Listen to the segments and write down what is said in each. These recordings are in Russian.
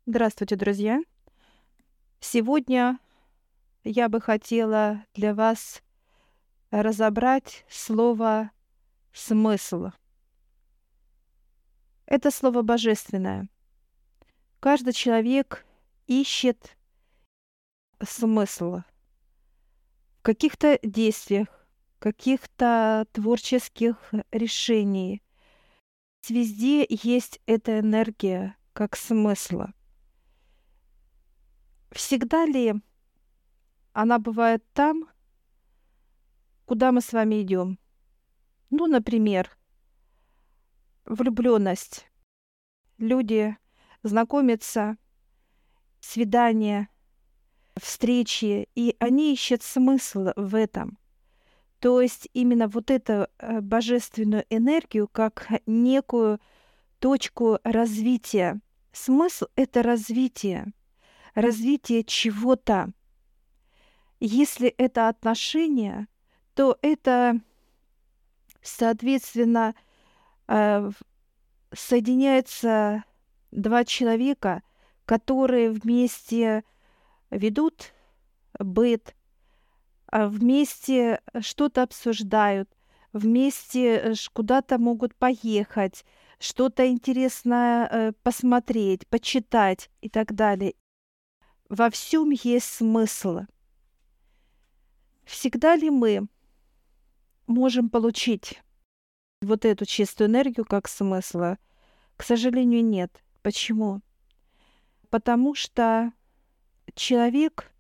Здравствуйте, друзья! Сегодня я бы хотела для вас разобрать слово «смысл». Это слово божественное. Каждый человек ищет смысл в каких-то действиях, каких-то творческих решениях. Везде есть эта энергия как смысла. Всегда ли она бывает там, куда мы с вами идем? Ну, например, влюблённость. Люди знакомятся, свидания, встречи, и они ищут смысл в этом. То есть именно вот эту божественную энергию как некую точку развития. Смысл — это развитие, развитие чего-то. Если это отношения, то это, соответственно, соединяются 2 человека, которые вместе ведут быт, вместе что-то обсуждают, вместе куда-то могут поехать, что-то интересное посмотреть, почитать и так далее. Во всем есть смысл. Всегда ли мы можем получить вот эту чистую энергию как смысл? К сожалению, нет. Почему? Потому что человек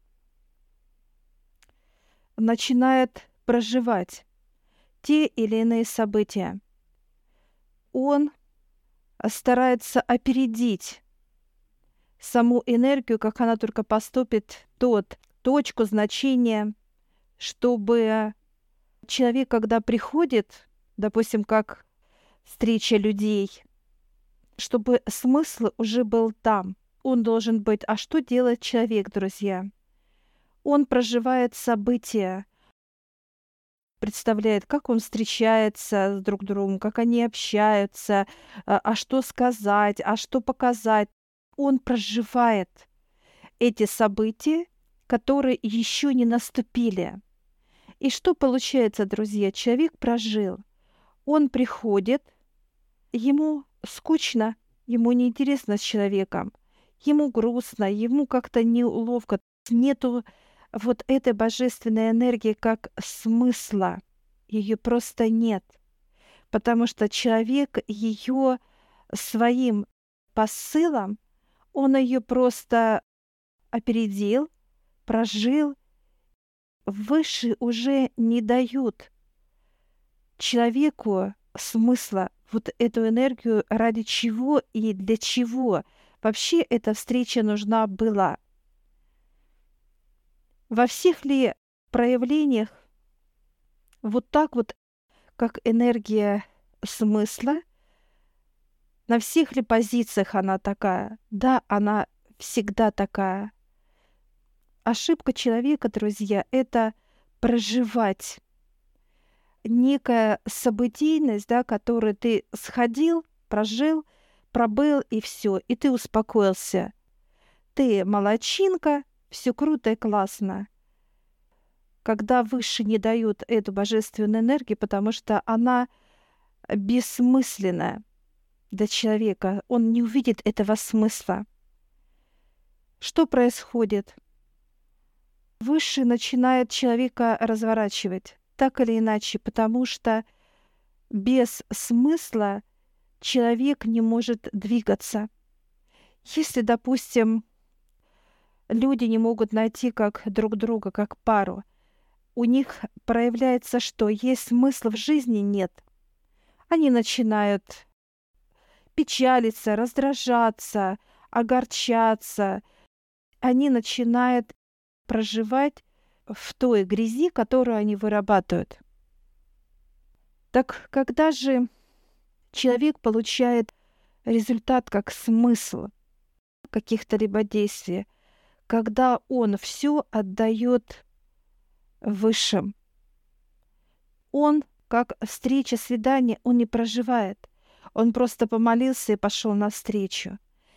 начинает проживать те или иные события. Он старается опередить саму энергию, как она только поступит, точку значения, чтобы человек, когда приходит, допустим, как встреча людей, чтобы смысл уже был там. Он должен быть. А что делает человек, друзья? Он проживает события, представляет, как он встречается с друг другом, как они общаются, а что сказать, а что показать. Он проживает эти события, которые еще не наступили. И что получается, друзья? Человек прожил. Он приходит, ему скучно, ему неинтересно с человеком, ему грустно, ему как-то неловко, нету вот этой божественной энергии как смысла. Ее просто нет, потому что человек ее своим посылом, он ее просто опередил, прожил. Выше уже не дают человеку смысла, вот эту энергию, ради чего и для чего вообще эта встреча нужна была. Во всех ли проявлениях вот так вот, как энергия смысла, на всех ли позициях она такая? Да, она всегда такая. Ошибка человека, друзья, это проживать некая событийность, да, которую ты сходил, прожил, пробыл и все, и ты успокоился. Ты молодчинка, все круто и классно. Когда выше не дают эту божественную энергию, потому что она бессмысленная для человека, он не увидит этого смысла. Что происходит? Выше начинает человека разворачивать, так или иначе, потому что без смысла человек не может двигаться. Если, допустим, люди не могут найти как друг друга, как пару, у них проявляется что? Есть смысл в жизни? Нет. Они начинают печалиться, раздражаться, огорчаться. Они начинают проживать в той грязи, которую они вырабатывают. Так когда же человек получает результат как смысл каких-то либо действий, когда он все отдает высшим. Он, как встреча, свидание, он не проживает. Он просто помолился и пошел навстречу.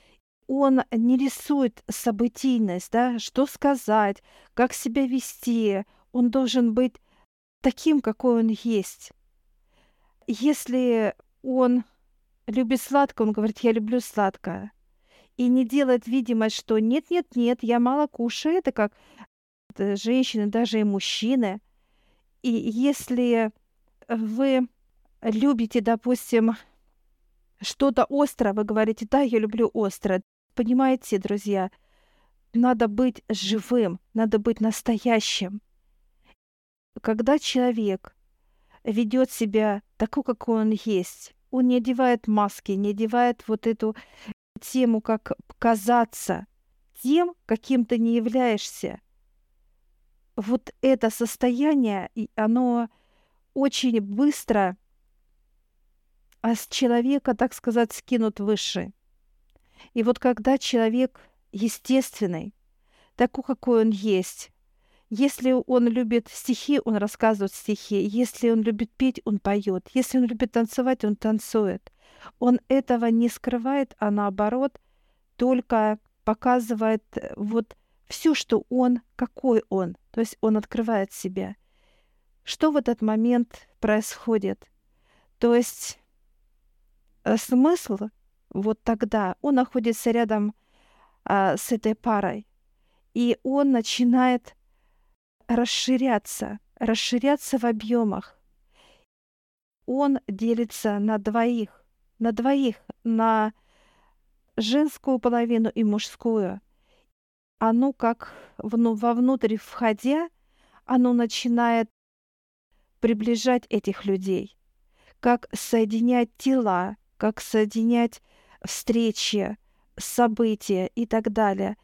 Он не рисует событийность, да, что сказать, как себя вести. Он должен быть таким, какой он есть. Если он любит сладкое, он говорит: "Я люблю сладкое". И не делает видимость, что нет, нет, нет, я мало кушаю. Это как женщины, даже и мужчины. И если вы любите, допустим, что-то острое, вы говорите: "Да, я люблю острое". Понимаете, друзья, надо быть живым, надо быть настоящим. Когда человек ведет себя такой, какой он есть, он не одевает маски, не одевает вот эту тему, как казаться тем, каким ты не являешься. Вот это состояние, и оно очень быстро, с человека, так сказать, скинут выше. И вот когда человек естественный, такой, какой он есть, если он любит стихи, он рассказывает стихи, если он любит петь, он поет, если он любит танцевать, он танцует. Он этого не скрывает, а наоборот только показывает вот все, что он, какой он. То есть он открывает себя. Что в этот момент происходит? То есть смысл вот тогда, он находится рядом с этой парой, и он начинает расширяться в объемах. Он делится на двоих, на женскую половину и мужскую. Оно как вовнутрь входя, оно начинает приближать этих людей, как соединять тела, как соединять встречи, события и так далее.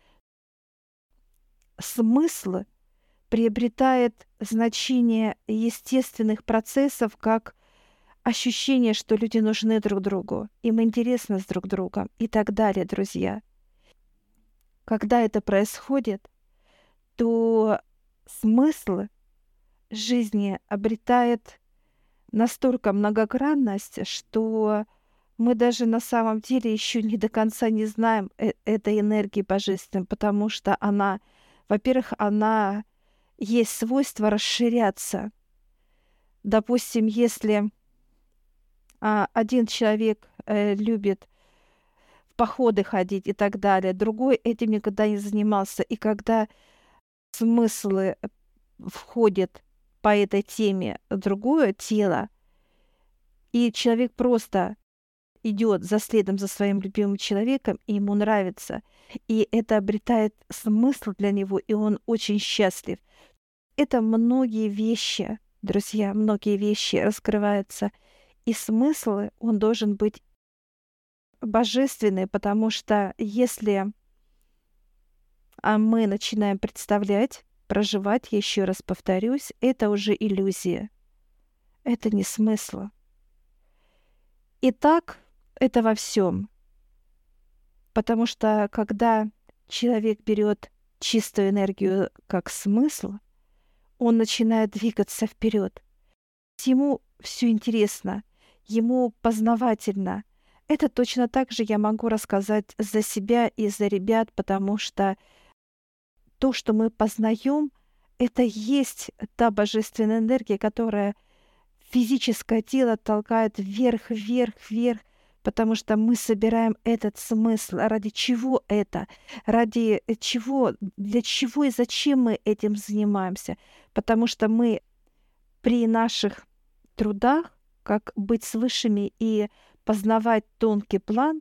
Смысл приобретает значение естественных процессов, как ощущение, что люди нужны друг другу, им интересно с друг другом и так далее, друзья. Когда это происходит, то смысл жизни обретает настолько многогранность, что мы даже на самом деле еще не до конца не знаем этой энергии божественной, потому что она, во-первых, она есть свойство расширяться. Допустим, если один человек любит в походы ходить и так далее, другой этим никогда не занимался, и когда смыслы входят по этой теме в другое тело, и человек просто идет за следом за своим любимым человеком, и ему нравится, и это обретает смысл для него, и он очень счастлив. Это многие вещи, друзья, многие вещи раскрываются, и смысл, он должен быть божественный, потому что если мы начинаем представлять, проживать, я еще раз повторюсь, это уже иллюзия, это не смысл. Итак, это во всем. Потому что когда человек берет чистую энергию как смысл, он начинает двигаться вперед. Ему все интересно, ему познавательно. Это точно так же я могу рассказать за себя и за ребят, потому что то, что мы познаем, это есть та божественная энергия, которая физическое тело толкает вверх, вверх, вверх, потому что мы собираем этот смысл. Ради чего это? Ради чего? Для чего и зачем мы этим занимаемся? Потому что мы при наших трудах, как быть с высшими и познавать тонкий план,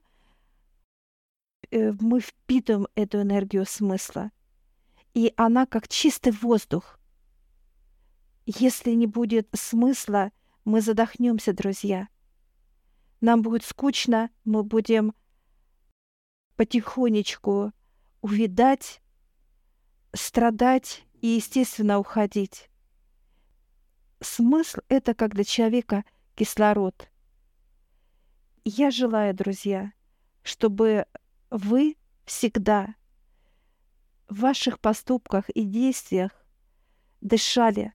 мы впитываем эту энергию смысла. И она как чистый воздух. Если не будет смысла, мы задохнемся, друзья. Нам будет скучно, мы будем потихонечку увядать, страдать и, естественно, уходить. Смысл — это как для человека кислород. Я желаю, друзья, чтобы вы всегда в ваших поступках и действиях дышали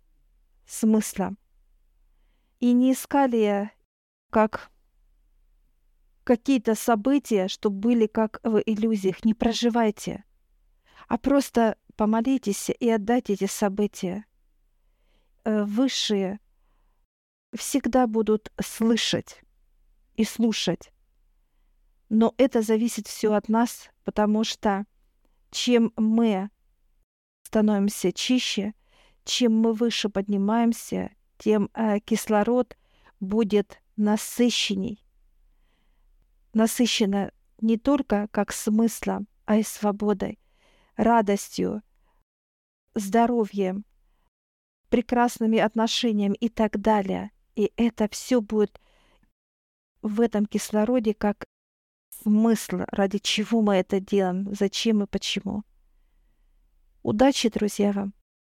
смыслом и не искали как какие-то события, чтобы были как в иллюзиях. Не проживайте, а просто помолитесь и отдайте эти события. Высшие всегда будут слышать и слушать. Но это зависит все от нас, потому что чем мы становимся чище, чем мы выше поднимаемся, тем кислород будет насыщенней. Насыщенно не только как смыслом, а и свободой, радостью, здоровьем, прекрасными отношениями и так далее. И это все будет в этом кислороде как смысл, ради чего мы это делаем, зачем и почему. Удачи, друзья, вам!